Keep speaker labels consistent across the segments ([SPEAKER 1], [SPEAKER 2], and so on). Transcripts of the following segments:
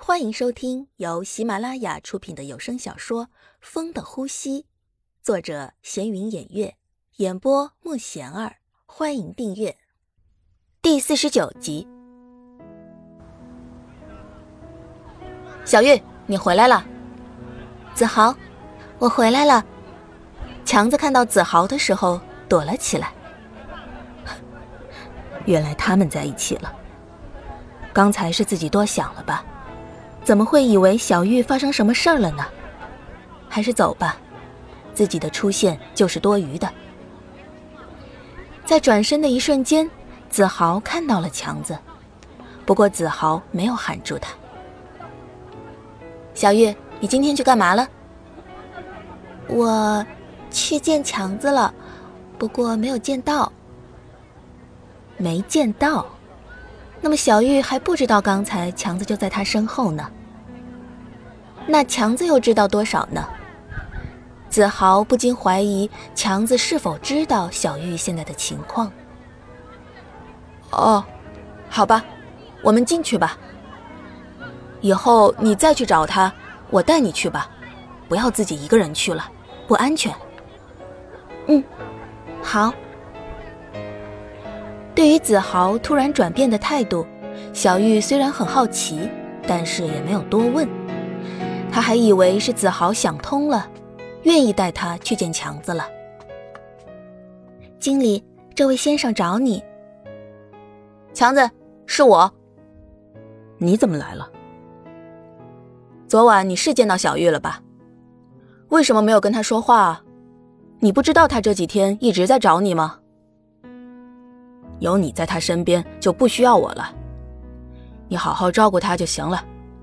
[SPEAKER 1] 欢迎收听由喜马拉雅出品的有声小说《风的呼吸》，作者闲云掩月，演播慕贤儿。欢迎订阅。第49集。小玉，你回来了。子豪，我回来了。强子看到子豪的时候躲了起来。原来他们在一起了。刚才是自己多想了吧？怎么会以为小玉发生什么事儿了呢？还是走吧，自己的出现就是多余的。在转身的一瞬间，子豪看到了强子，不过子豪没有喊住他。小玉，你今天去干嘛了？我去见强子了，不过没有见到。没见到？那么小玉还不知道刚才强子就在她身后呢。那强子又知道多少呢？子豪不禁怀疑强子是否知道小玉现在的情况。哦，好吧，我们进去吧。以后你再去找他，我带你去吧，不要自己一个人去了，不安全。好。对于子豪突然转变的态度，小玉虽然很好奇，但是也没有多问。她还以为是子豪想通了，愿意带他去见强子了。经理，这位先生找你。强子，是我。你怎么来了？昨晚你是见到小玉了吧？为什么没有跟她说话啊？你不知道她这几天一直在找你吗？有你在她身边就不需要我了，你好好照顾她就行了。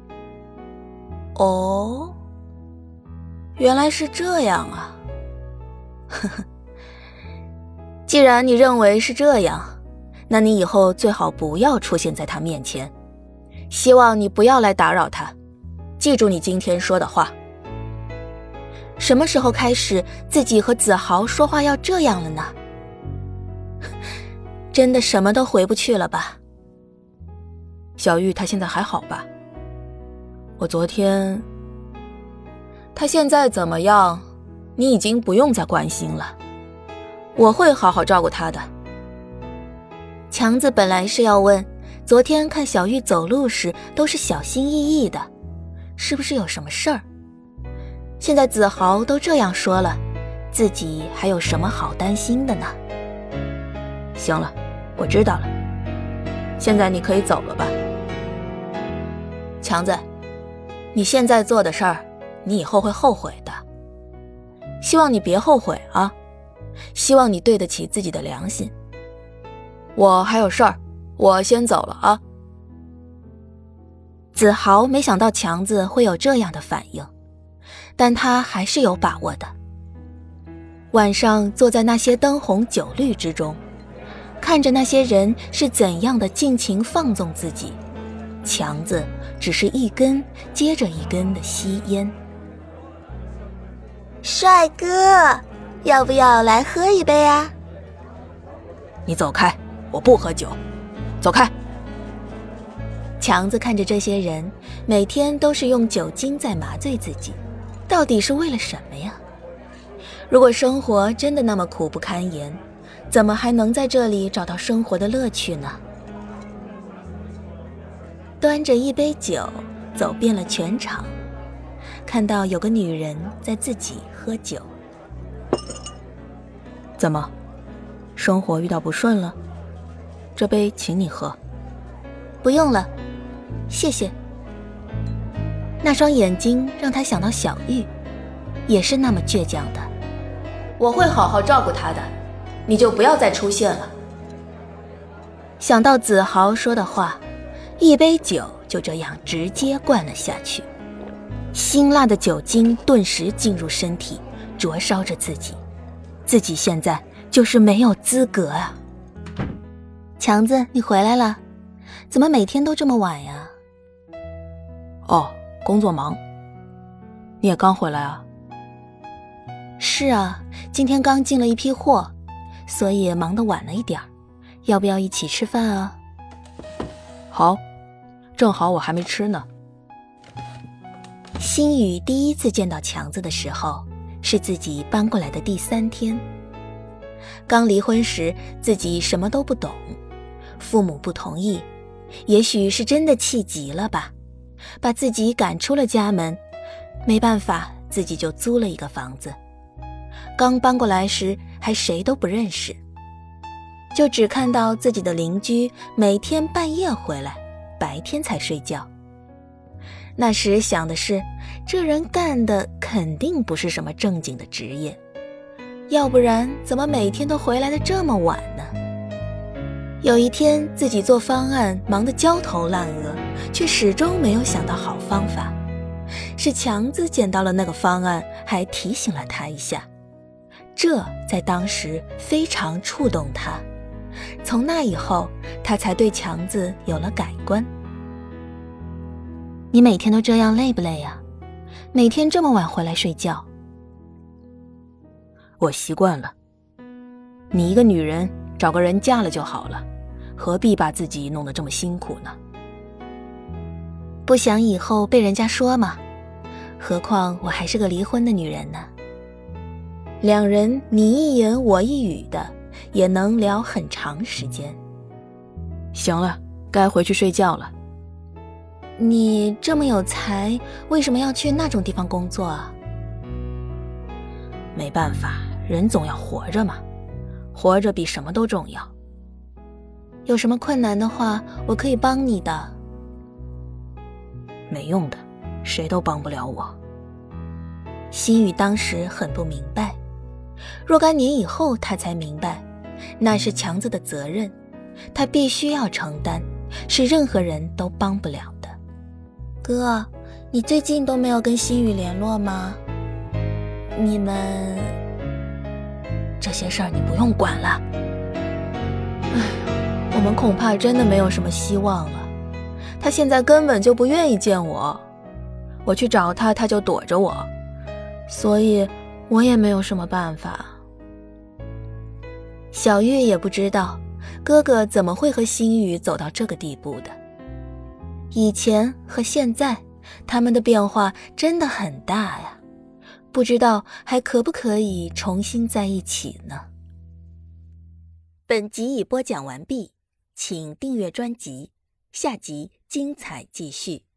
[SPEAKER 1] 哦，原来是这样啊。呵呵，既然你认为是这样，那你以后最好不要出现在她面前，希望你不要来打扰她，记住你今天说的话。什么时候开始自己和子豪说话要这样了呢？真的什么都回不去了吧？小玉她现在还好吧？我昨天……她现在怎么样？你已经不用再关心了，我会好好照顾她的。强子本来是要问，昨天看小玉走路时都是小心翼翼的，是不是有什么事儿？现在子豪都这样说了，自己还有什么好担心的呢？行了，我知道了，现在你可以走了吧。强子，你现在做的事儿，你以后会后悔的。希望你别后悔啊，希望你对得起自己的良心。我还有事儿，我先走了啊。子豪没想到强子会有这样的反应，但他还是有把握的。晚上坐在那些灯红酒绿之中，看着那些人是怎样的尽情放纵自己，强子只是一根接着一根的吸烟。
[SPEAKER 2] 帅哥，要不要来喝一杯啊？
[SPEAKER 1] 你走开，我不喝酒，走开。强子看着这些人，每天都是用酒精在麻醉自己，到底是为了什么呀？如果生活真的那么苦不堪言，怎么还能在这里找到生活的乐趣呢？端着一杯酒走遍了全场，看到有个女人在自己喝酒。怎么，生活遇到不顺了？这杯请你喝。不用了，谢谢。那双眼睛让他想到小玉，也是那么倔强的。我会好好照顾她的，你就不要再出现了。想到子豪说的话，一杯酒就这样直接灌了下去，辛辣的酒精顿时进入身体，灼烧着自己。自己现在就是没有资格啊。强子，你回来了，怎么每天都这么晚呀？哦，工作忙。你也刚回来啊？是啊，今天刚进了一批货，所以忙得晚了一点儿。要不要一起吃饭啊？好，正好我还没吃呢。 心雨第一次见到强子的时候，是自己搬过来的第3天。刚离婚时，自己什么都不懂，父母不同意，也许是真的气急了吧，把自己赶出了家门。没办法，自己就租了一个房子。刚搬过来时还谁都不认识，就只看到自己的邻居每天半夜回来，白天才睡觉。那时想的是，这人干的肯定不是什么正经的职业，要不然怎么每天都回来的这么晚呢？有一天自己做方案忙得焦头烂额，却始终没有想到好方法。是强子捡到了那个方案，还提醒了他一下，这在当时非常触动他。从那以后，他才对强子有了改观。你每天都这样累不累啊？每天这么晚回来睡觉。
[SPEAKER 3] 我习惯了。你一个女人，找个人嫁了就好了，何必把自己弄得这么辛苦呢？
[SPEAKER 1] 不想以后被人家说嘛，何况我还是个离婚的女人呢。两人你一言我一语的，也能聊很长时间。
[SPEAKER 3] 行了，该回去睡觉了。
[SPEAKER 1] 你这么有才，为什么要去那种地方工作啊？
[SPEAKER 3] 没办法，人总要活着嘛，活着比什么都重要。
[SPEAKER 1] 有什么困难的话，我可以帮你的。
[SPEAKER 3] 没用的，谁都帮不了我。
[SPEAKER 1] 心雨当时很不明白，若干年以后他才明白，那是强子的责任，他必须要承担，是任何人都帮不了的。哥，你最近都没有跟心雨联络吗？你们……
[SPEAKER 3] 这些事儿你不用管了。
[SPEAKER 1] 我们恐怕真的没有什么希望了。他现在根本就不愿意见我，我去找他，他就躲着我，所以我也没有什么办法。小月也不知道哥哥怎么会和心雨走到这个地步的。以前和现在，他们的变化真的很大呀，不知道还可不可以重新在一起呢？本集已播讲完毕，请订阅专辑，下集精彩继续。